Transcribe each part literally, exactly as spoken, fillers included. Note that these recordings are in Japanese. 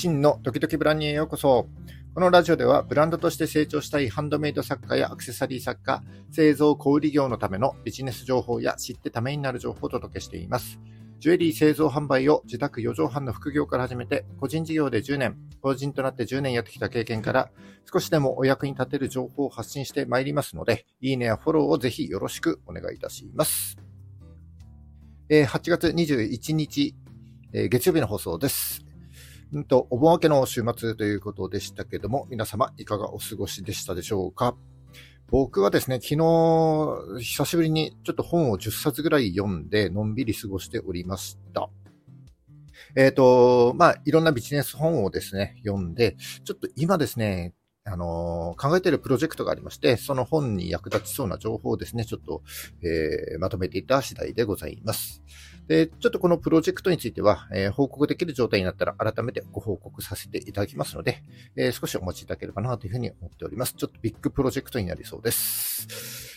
真のドキドキブランニューへようこそ。このラジオではブランドとして成長したいハンドメイド作家やアクセサリー作家、製造小売業のためのビジネス情報や知ってためになる情報をお届けしています。ジュエリー製造販売を自宅よ畳半の副業から始めて、個人事業でじゅうねん、法人となってじゅうねんやってきた経験から、少しでもお役に立てる情報を発信してまいりますので、いいねやフォローをぜひよろしくお願いいたします。はちがつにじゅういちにち、月曜日の放送です。んとお盆明けの週末ということでしたけども、皆様いかがお過ごしでしたでしょうか。僕はですね、昨日久しぶりにちょっと本をじゅっさつぐらい読んでのんびり過ごしておりました。えっと、まあ、いろんなビジネス本をですね、読んで、ちょっと今ですね、あのー、考えているプロジェクトがありまして、その本に役立ちそうな情報をですね、ちょっと、えー、まとめていた次第でございます。で、ちょっとこのプロジェクトについては、えー、報告できる状態になったら改めてご報告させていただきますので、えー、少しお待ちいただければなというふうに思っております。ちょっとビッグプロジェクトになりそうです。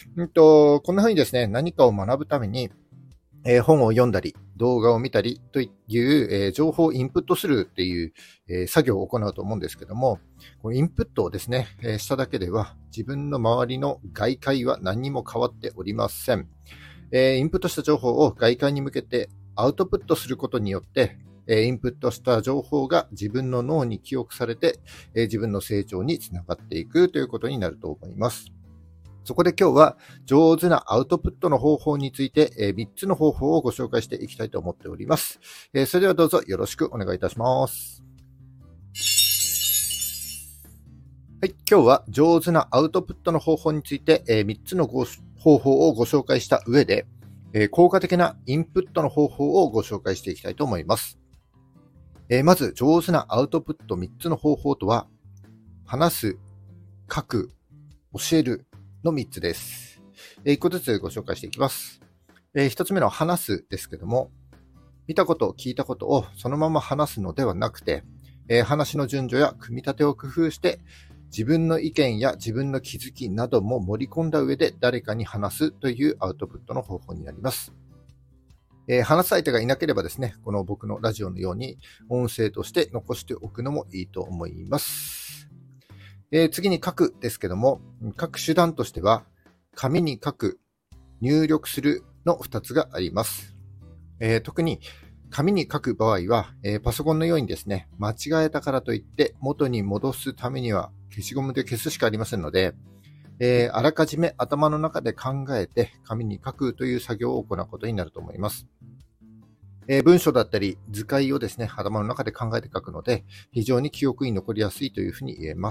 うんと、こんなふうにですね、何かを学ぶために、えー、本を読んだり、動画を見たりという、えー、情報をインプットするっていう、えー、作業を行うと思うんですけども、このインプットをですね、えー、しただけでは自分の周りの外界は何にも変わっておりません。えー、インプットした情報を外界に向けてアウトプットすることによって、えー、インプットした情報が自分の脳に記憶されて、えー、自分の成長につながっていくということになると思います。そこで今日は上手なアウトプットの方法について、えー、みっつの方法をご紹介していきたいと思っております。えー、それではどうぞよろしくお願いいたします。はい、今日は上手なアウトプットの方法について、えー、みっつのご方法をご紹介した上で、えー、効果的なインプットの方法をご紹介していきたいと思います。えー、まず上手なアウトプットみっつの方法とは、話す、書く、教えるのみっつです。えー、いっこずつご紹介していきます。えー、ひとつめの話すですけども、見たこと、聞いたことをそのまま話すのではなくて、えー、話の順序や組み立てを工夫して、自分の意見や自分の気づきなども盛り込んだ上で誰かに話すというアウトプットの方法になります。えー、話す相手がいなければですね、この僕のラジオのように音声として残しておくのもいいと思います。えー、次に書くですけども、書く手段としては、紙に書く、入力するのふたつがあります。えー、特に紙に書く場合は、えー、パソコンのようにですね、間違えたからといって元に戻すためには消しゴムで消すしかありませんので、えー、あらかじめ頭の中で考えて紙に書くという作業を行うことになると思います。えー、文章だったり図解をですね、頭の中で考えて書くので、非常に記憶に残りやすいというふうに言えます。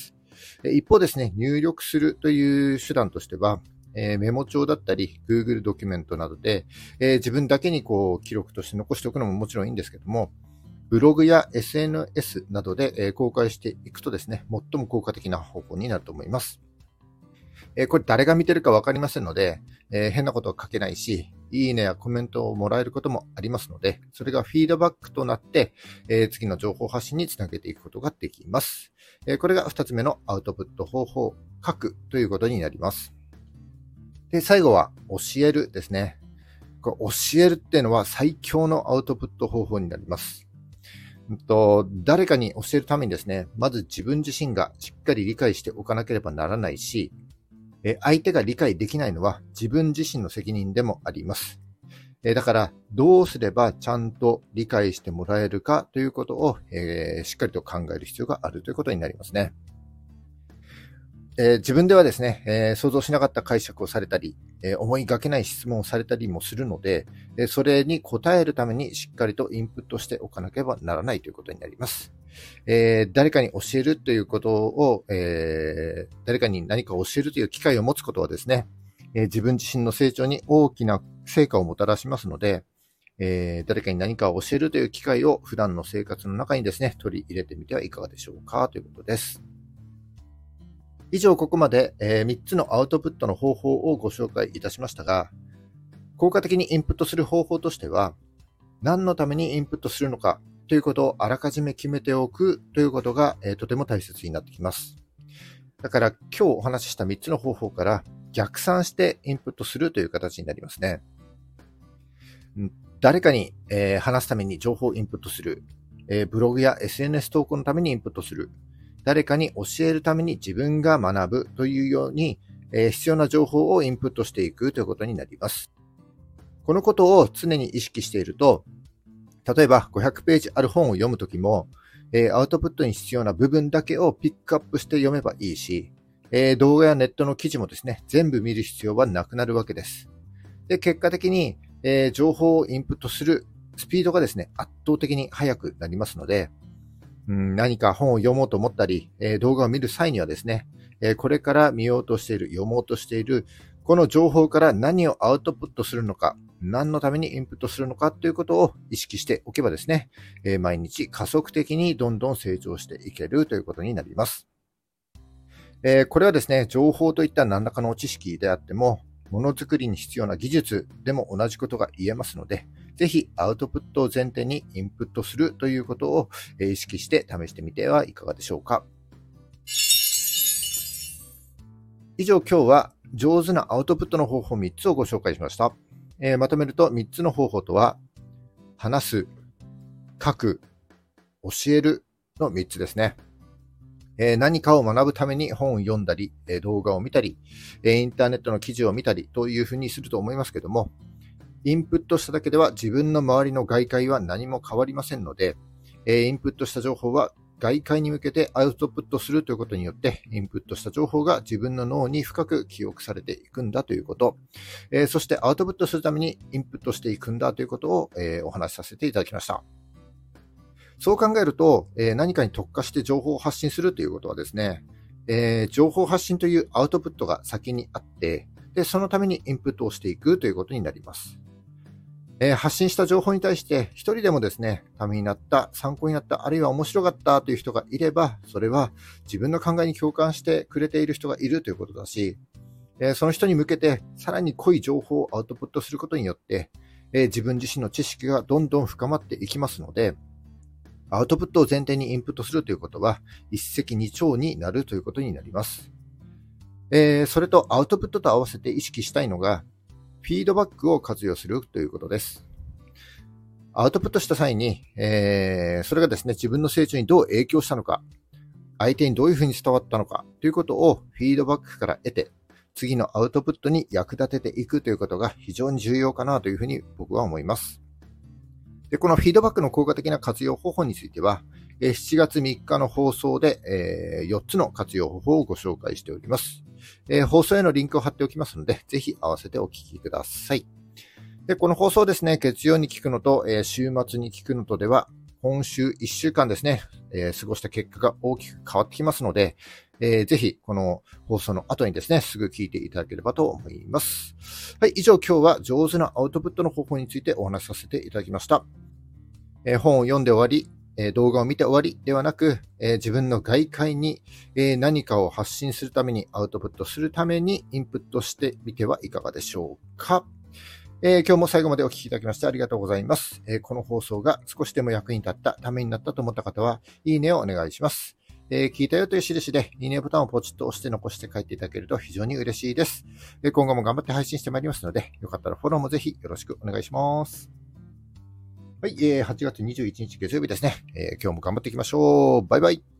えー、一方ですね、入力するという手段としては、えー、メモ帳だったり Google ドキュメントなどで、えー、自分だけにこう記録として残しておくのももちろんいいんですけども、ブログや エスエヌエス などで、えー、公開していくとですね、最も効果的な方法になると思います。えー、これ誰が見てるかわかりませんので、えー、変なことは書けないし、いいねやコメントをもらえることもありますので、それがフィードバックとなって、えー、次の情報発信につなげていくことができます。えー、これがふたつめのアウトプット方法、書くということになります。で、最後は教えるですね。これ教えるっていうのは最強のアウトプット方法になります。うんと、誰かに教えるためにですね、まず自分自身がしっかり理解しておかなければならないし、相手が理解できないのは自分自身の責任でもあります。だから、どうすればちゃんと理解してもらえるかということを、えー、しっかりと考える必要があるということになりますね。えー、自分ではですね、えー、想像しなかった解釈をされたり、えー、思いがけない質問をされたりもするので、えー、それに答えるためにしっかりとインプットしておかなければならないということになります。えー、誰かに教えるということを、えー、誰かに何か教えるという機会を持つことはですね、えー、自分自身の成長に大きな成果をもたらしますので、えー、誰かに何かを教えるという機会を普段の生活の中にですね、取り入れてみてはいかがでしょうかということです。以上ここまで、えー、みっつのアウトプットの方法をご紹介いたしましたが、効果的にインプットする方法としては、何のためにインプットするのかということをあらかじめ決めておくということが、えー、とても大切になってきます。だから今日お話ししたみっつの方法から逆算してインプットするという形になりますね。誰かに、えー、話すために情報をインプットする。 えーブログや エスエヌエス 投稿のためにインプットする。誰かに教えるために自分が学ぶというように、えー必要な情報をインプットしていくということになります。このことを常に意識していると、例えばごひゃくページある本を読むときも、えーアウトプットに必要な部分だけをピックアップして読めばいいし、えー動画やネットの記事もですね、全部見る必要はなくなるわけです。で、結果的に、えー情報をインプットするスピードがですね、圧倒的に速くなりますので、うん、何か本を読もうと思ったり、えー動画を見る際にはですね、えーこれから見ようとしている、読もうとしている、この情報から何をアウトプットするのか、何のためにインプットするのかということを意識しておけばですね、えー毎日加速的にどんどん成長していけるということになります。えーこれはですね、情報といった何らかの知識であっても、ものづくりに必要な技術でも同じことが言えますので、ぜひアウトプットを前提にインプットするということをえー意識して試してみてはいかがでしょうか。以上、今日は上手なアウトプットの方法みっつをご紹介しました。えーまとめるとみっつの方法とは、話す、書く、教えるのみっつですね。えー何かを学ぶために本を読んだり、えー動画を見たり、えーインターネットの記事を見たりというふうにすると思いますけども、インプットしただけでは自分の周りの外界は何も変わりませんので、えーインプットした情報は外界に向けてアウトプットするということによって、インプットした情報が自分の脳に深く記憶されていくんだということ、えーそしてアウトプットするためにインプットしていくんだということを、えーお話しさせていただきました。そう考えると、えー何かに特化して情報を発信するということはですね、えー情報発信というアウトプットが先にあって、で、そのためにインプットをしていくということになります。えー発信した情報に対して一人でもですね、ためになった、参考になった、あるいは面白かったという人がいれば、それは自分の考えに共感してくれている人がいるということだし、えーその人に向けてさらに濃い情報をアウトプットすることによって、えー自分自身の知識がどんどん深まっていきますので、アウトプットを前提にインプットするということは、一石二鳥になるということになります。えーそれとアウトプットと合わせて意識したいのが、フィードバックを活用するということです。アウトプットした際に、えーそれがですね、自分の成長にどう影響したのか、相手にどういうふうに伝わったのかということをフィードバックから得て、次のアウトプットに役立てていくということが非常に重要かなというふうに僕は思います。で、このフィードバックの効果的な活用方法については、えーしちがつみっかの放送で、えーよっつの活用方法をご紹介しております。えー放送へのリンクを貼っておきますので、ぜひ合わせてお聞きください。で、この放送ですね、月曜に聞くのと、えー週末に聞くのとでは、今週いっしゅうかんですね、えー過ごした結果が大きく変わってきますので、えーぜひ、この放送の後にですね、すぐ聞いていただければと思います。はい、以上今日は上手なアウトプットの方法についてお話しさせていただきました。えー本を読んで終わり、えー動画を見て終わりではなく、えー自分の外界に、えー何かを発信するために、アウトプットするためにインプットしてみてはいかがでしょうか。えー今日も最後までお聞きいただきましてありがとうございます。えーこの放送が少しでも役に立った、ためになったと思った方は、いいねをお願いします。えー聞いたよという印で、いいねボタンをポチッと押して残して帰っていただけると非常に嬉しいです。えー今後も頑張って配信してまいりますので、よかったらフォローもぜひよろしくお願いします。はい、えーはちがつにじゅういちにち月曜日ですね。えー今日も頑張っていきましょう。バイバイ。